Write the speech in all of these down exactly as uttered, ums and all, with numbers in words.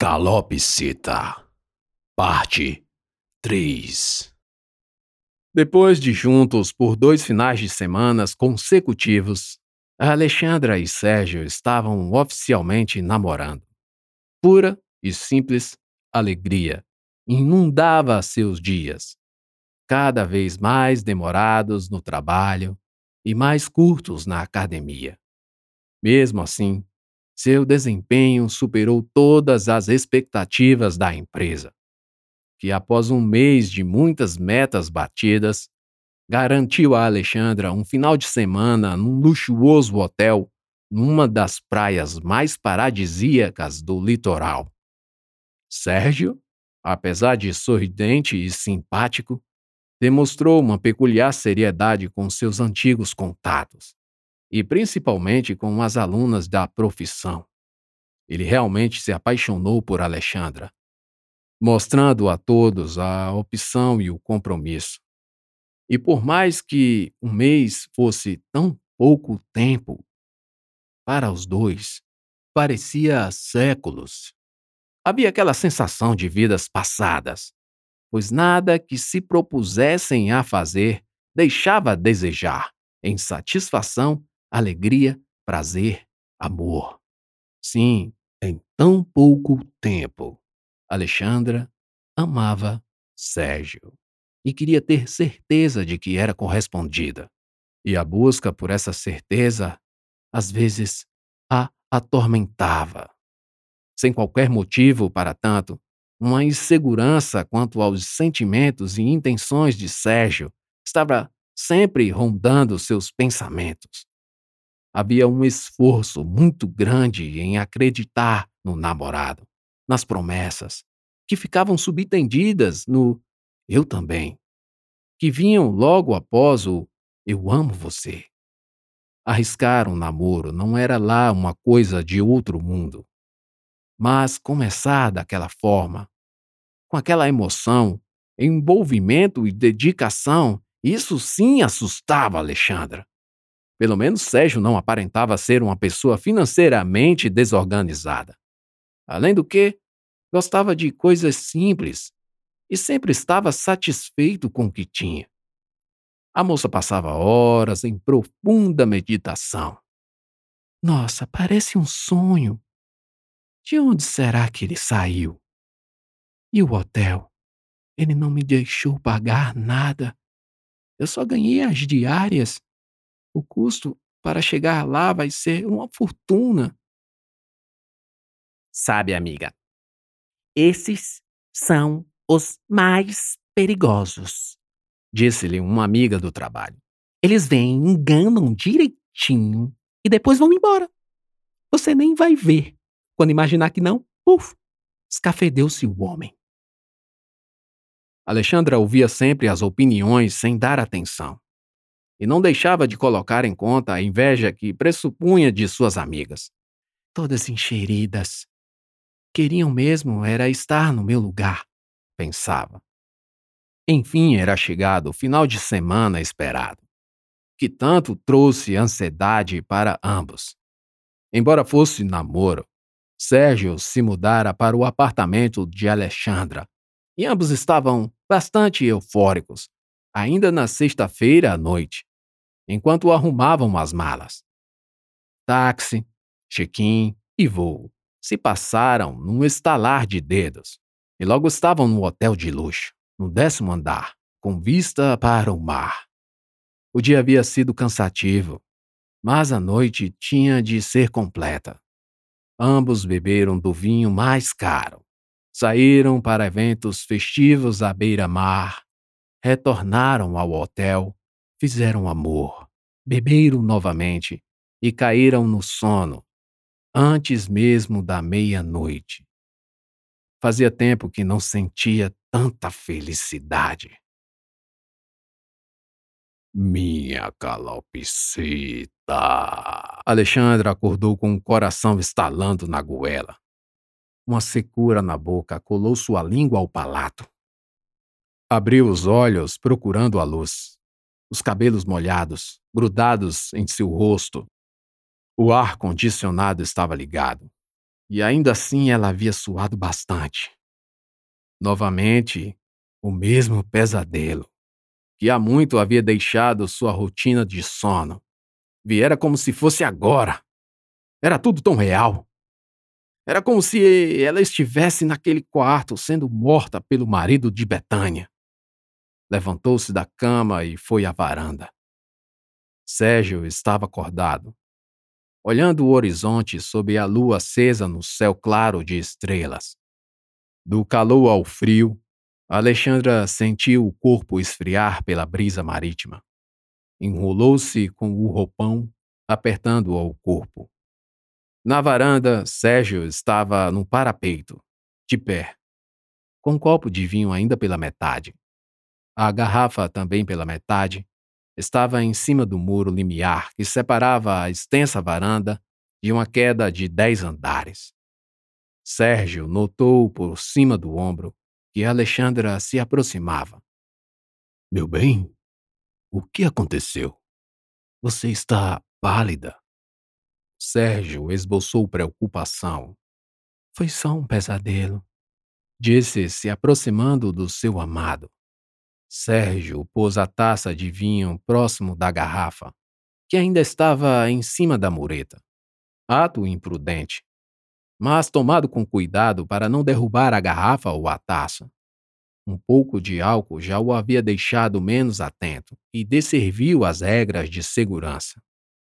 Calopsita, parte três. Depois de juntos por dois finais de semana consecutivos, Alexandra e Sérgio estavam oficialmente namorando. Pura e simples alegria inundava seus dias, cada vez mais demorados no trabalho e mais curtos na academia. Mesmo assim, seu desempenho superou todas as expectativas da empresa, que após um mês de muitas metas batidas, garantiu a Alexandra um final de semana num luxuoso hotel numa das praias mais paradisíacas do litoral. Sérgio, apesar de sorridente e simpático, demonstrou uma peculiar seriedade com seus antigos contatos, e principalmente com as alunas da profissão. Ele realmente se apaixonou por Alexandra, mostrando a todos a opção e o compromisso. E por mais que um mês fosse tão pouco tempo, para os dois, parecia séculos. Havia aquela sensação de vidas passadas, pois nada que se propusessem a fazer deixava a desejar, em satisfação, alegria, prazer, amor. Sim, em tão pouco tempo, Alexandra amava Sérgio e queria ter certeza de que era correspondida. E a busca por essa certeza, às vezes, a atormentava. Sem qualquer motivo para tanto, uma insegurança quanto aos sentimentos e intenções de Sérgio estava sempre rondando seus pensamentos. Havia um esforço muito grande em acreditar no namorado, nas promessas, que ficavam subentendidas no "eu também", que vinham logo após o "eu amo você". Arriscar um namoro não era lá uma coisa de outro mundo. Mas começar daquela forma, com aquela emoção, envolvimento e dedicação, isso sim assustava Alexandra. Pelo menos Sérgio não aparentava ser uma pessoa financeiramente desorganizada. Além do que, gostava de coisas simples e sempre estava satisfeito com o que tinha. A moça passava horas em profunda meditação. Nossa, parece um sonho. De onde será que ele saiu? E o hotel? Ele não me deixou pagar nada. Eu só ganhei as diárias. O custo para chegar lá vai ser uma fortuna. Sabe, amiga, esses são os mais perigosos, disse-lhe uma amiga do trabalho. Eles vêm, enganam direitinho e depois vão embora. Você nem vai ver. Quando imaginar que não, puf, escafedeu-se o homem. Alexandra ouvia sempre as opiniões sem dar atenção, e não deixava de colocar em conta a inveja que pressupunha de suas amigas. Todas encheridas. Queriam mesmo era estar no meu lugar, pensava. Enfim, era chegado o final de semana esperado, que tanto trouxe ansiedade para ambos. Embora fosse namoro, Sérgio se mudara para o apartamento de Alexandra, e ambos estavam bastante eufóricos, ainda na sexta-feira à noite, enquanto arrumavam as malas. Táxi, check-in e voo se passaram num estalar de dedos, e logo estavam no hotel de luxo, no décimo andar, com vista para o mar. O dia havia sido cansativo, mas a noite tinha de ser completa. Ambos beberam do vinho mais caro, saíram para eventos festivos à beira-mar, retornaram ao hotel, fizeram amor, beberam novamente e caíram no sono, antes mesmo da meia-noite. Fazia tempo que não sentia tanta felicidade. Minha calopsita! Alexandra acordou com o coração estalando na goela. Uma secura na boca colou sua língua ao palato. Abriu os olhos procurando a luz. Os cabelos molhados, grudados em seu rosto. O ar-condicionado estava ligado. e ainda assim ela havia suado bastante. Novamente, o mesmo pesadelo, que há muito havia deixado sua rotina de sono. Viera como se fosse agora. Era tudo tão real. Era como se ela estivesse naquele quarto sendo morta pelo marido de Betânia. Levantou-se da cama e foi à varanda. Sérgio estava acordado, olhando o horizonte sob a lua acesa no céu claro de estrelas. Do calor ao frio, Alexandra sentiu o corpo esfriar pela brisa marítima. Enrolou-se com o roupão, apertando-o ao corpo. Na varanda, Sérgio estava no parapeito, de pé, com um copo de vinho ainda pela metade. A garrafa, também pela metade, estava em cima do muro limiar que separava a extensa varanda de uma queda de dez andares. Sérgio notou por cima do ombro que Alexandra se aproximava. Meu bem, o que aconteceu? Você está pálida. Sérgio esboçou preocupação. Foi só um pesadelo, disse, se aproximando do seu amado. Sérgio pôs a taça de vinho próximo da garrafa, que ainda estava em cima da mureta. Ato imprudente, mas tomado com cuidado para não derrubar a garrafa ou a taça. Um pouco de álcool já o havia deixado menos atento e desserviu as regras de segurança.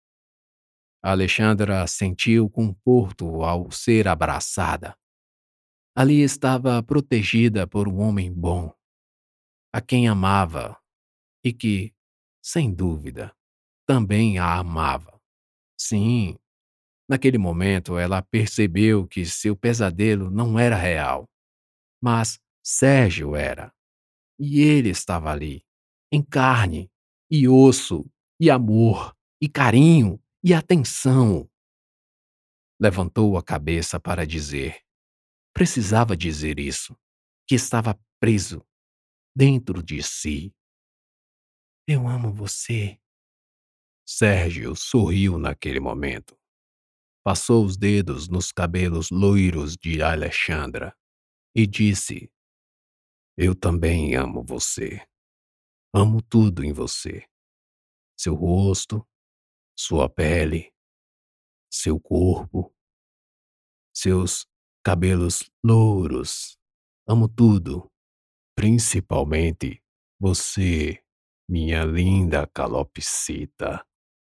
Alexandra sentiu conforto ao ser abraçada. Ali estava protegida por um homem bom, a quem amava e que, sem dúvida, também a amava. Sim, naquele momento ela percebeu que seu pesadelo não era real, mas Sérgio era. E ele estava ali, em carne, e osso, e amor, e carinho, e atenção. Levantou a cabeça para dizer. Precisava dizer isso, que estava preso dentro de si. Eu amo você. Sérgio sorriu naquele momento. Passou os dedos nos cabelos loiros de Alexandra e disse: Eu também amo você. Amo tudo em você. Seu rosto, sua pele, seu corpo, seus cabelos louros. Amo tudo, principalmente você, minha linda calopsita.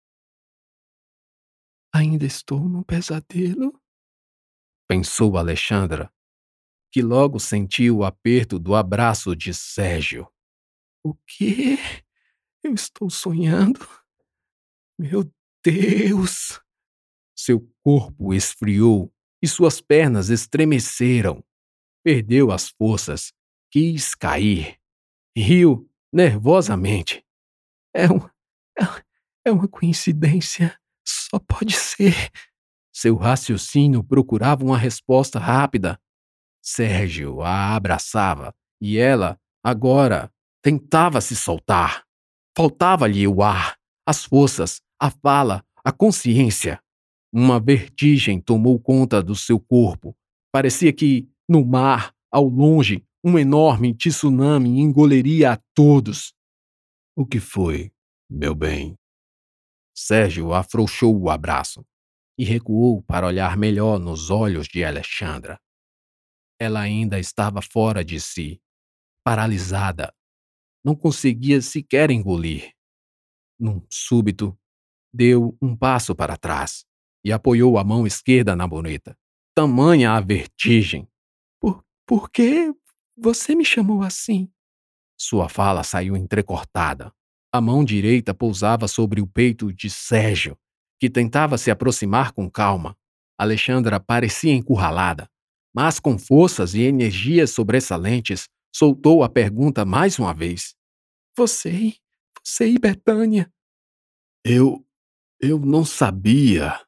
Ainda estou num pesadelo? Pensou Alexandra, que logo sentiu o aperto do abraço de Sérgio. O quê? Eu estou sonhando? Meu Deus! Seu corpo esfriou e suas pernas estremeceram. Perdeu as forças, quis cair. Riu nervosamente. É, um, é é uma coincidência. Só pode ser. Seu raciocínio procurava uma resposta rápida. Sérgio a abraçava e ela, agora, tentava se soltar. Faltava-lhe o ar, as forças, a fala, a consciência. Uma vertigem tomou conta do seu corpo. Parecia que, no mar, ao longe, um enorme tsunami engoliria a todos. O que foi, meu bem? Sérgio afrouxou o abraço e recuou para olhar melhor nos olhos de Alexandra. Ela ainda estava fora de si, paralisada. Não conseguia sequer engolir. Num súbito, deu um passo para trás e apoiou a mão esquerda na boneta. Tamanha a vertigem. Por, por que você me chamou assim? Sua fala saiu entrecortada. A mão direita pousava sobre o peito de Sérgio, que tentava se aproximar com calma. Alexandra parecia encurralada, mas com forças e energias sobressalentes, soltou a pergunta mais uma vez. Você, você e Betânia? Eu, eu não sabia.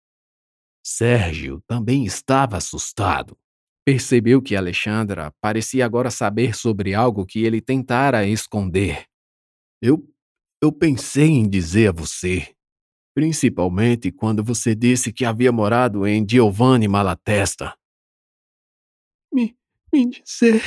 Sérgio também estava assustado. Percebeu que Alexandra parecia agora saber sobre algo que ele tentara esconder. Eu, eu pensei em dizer a você. Principalmente quando você disse que havia morado em Giovanni Malatesta. Me, me dizer...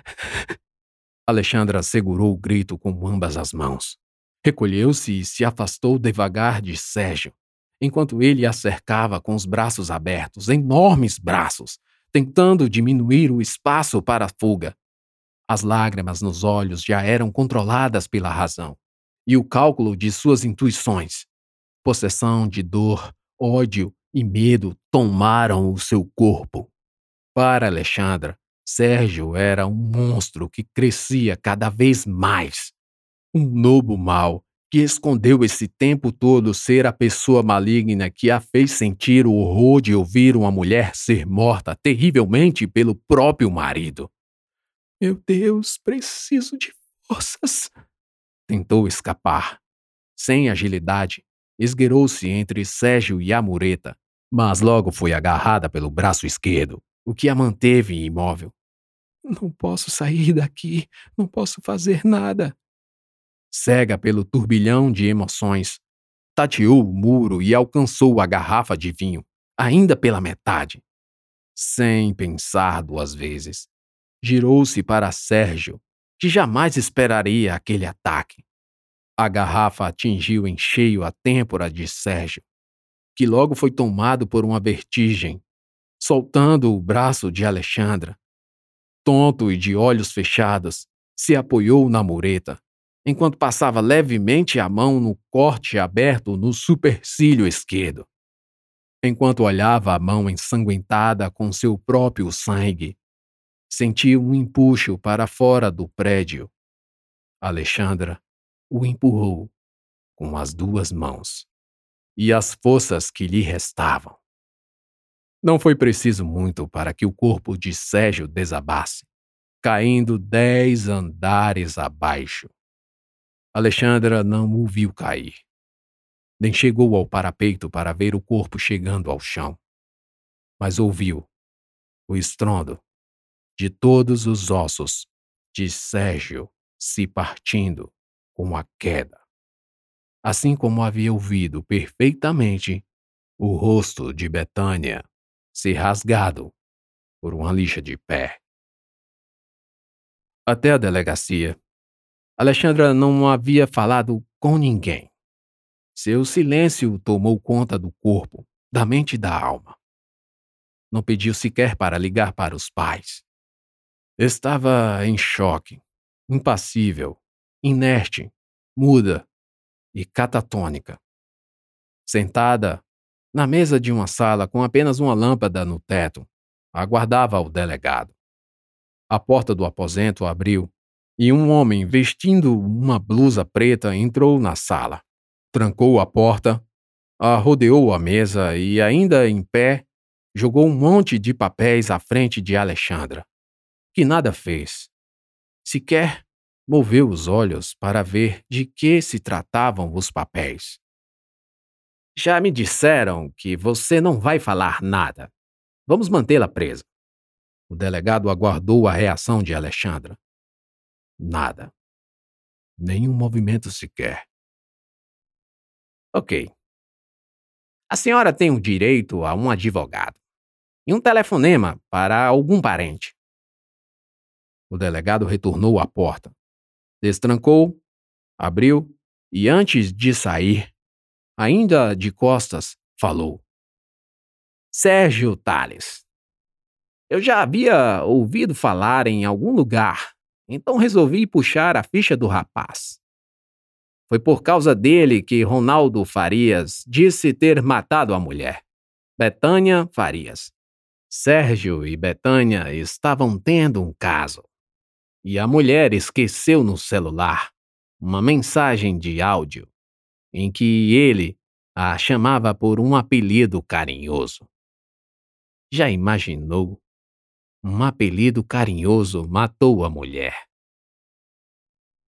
Alexandra segurou o grito com ambas as mãos. Recolheu-se e se afastou devagar de Sérgio, enquanto ele a cercava com os braços abertos, enormes braços, tentando diminuir o espaço para a fuga. As lágrimas nos olhos já eram controladas pela razão e o cálculo de suas intuições. Possessão de dor, ódio e medo tomaram o seu corpo. Para Alexandra, Sérgio era um monstro que crescia cada vez mais. Um lobo mau que escondeu esse tempo todo ser a pessoa maligna que a fez sentir o horror de ouvir uma mulher ser morta terrivelmente pelo próprio marido. Meu Deus, preciso de forças. Tentou escapar. Sem agilidade, esgueirou-se entre Sérgio e a mureta, mas logo foi agarrada pelo braço esquerdo, o que a manteve imóvel. Não posso sair daqui, não posso fazer nada. Cega pelo turbilhão de emoções, tateou o muro e alcançou a garrafa de vinho, ainda pela metade. Sem pensar duas vezes, girou-se para Sérgio, que jamais esperaria aquele ataque. A garrafa atingiu em cheio a têmpora de Sérgio, que logo foi tomado por uma vertigem, soltando o braço de Alexandra. Tonto e de olhos fechados, se apoiou na mureta, enquanto passava levemente a mão no corte aberto no supercílio esquerdo. Enquanto olhava a mão ensanguentada com seu próprio sangue, sentiu um empuxo para fora do prédio. Alexandra o empurrou com as duas mãos e as forças que lhe restavam. Não foi preciso muito para que o corpo de Sérgio desabasse, caindo dez andares abaixo. Alexandra não o viu cair, nem chegou ao parapeito para ver o corpo chegando ao chão, mas ouviu o estrondo de todos os ossos de Sérgio se partindo com a queda, assim como havia ouvido perfeitamente o rosto de Betânia ser rasgado por uma lixa de pé. Até a delegacia, Alexandra não havia falado com ninguém. Seu silêncio tomou conta do corpo, da mente e da alma. Não pediu sequer para ligar para os pais. Estava em choque, impassível, inerte, muda e catatônica. Sentada na mesa de uma sala com apenas uma lâmpada no teto, aguardava o delegado. A porta do aposento abriu e um homem vestindo uma blusa preta entrou na sala. Trancou a porta, arrodeou a mesa e, ainda em pé, jogou um monte de papéis à frente de Alexandra, que nada fez. Sequer moveu os olhos para ver de que se tratavam os papéis. Já me disseram que você não vai falar nada. Vamos mantê-la presa. O delegado aguardou a reação de Alexandra. Nada. Nenhum movimento sequer. Ok. A senhora tem o direito a um advogado e um telefonema para algum parente. O delegado retornou à porta, destrancou, abriu e, antes de sair, ainda de costas, falou. Sérgio Tales. Eu já havia ouvido falar em algum lugar, então resolvi puxar a ficha do rapaz. Foi por causa dele que Ronaldo Farias disse ter matado a mulher, Betânia Farias. Sérgio e Betânia estavam tendo um caso. E a mulher esqueceu no celular uma mensagem de áudio em que ele a chamava por um apelido carinhoso. Já imaginou? Um apelido carinhoso matou a mulher.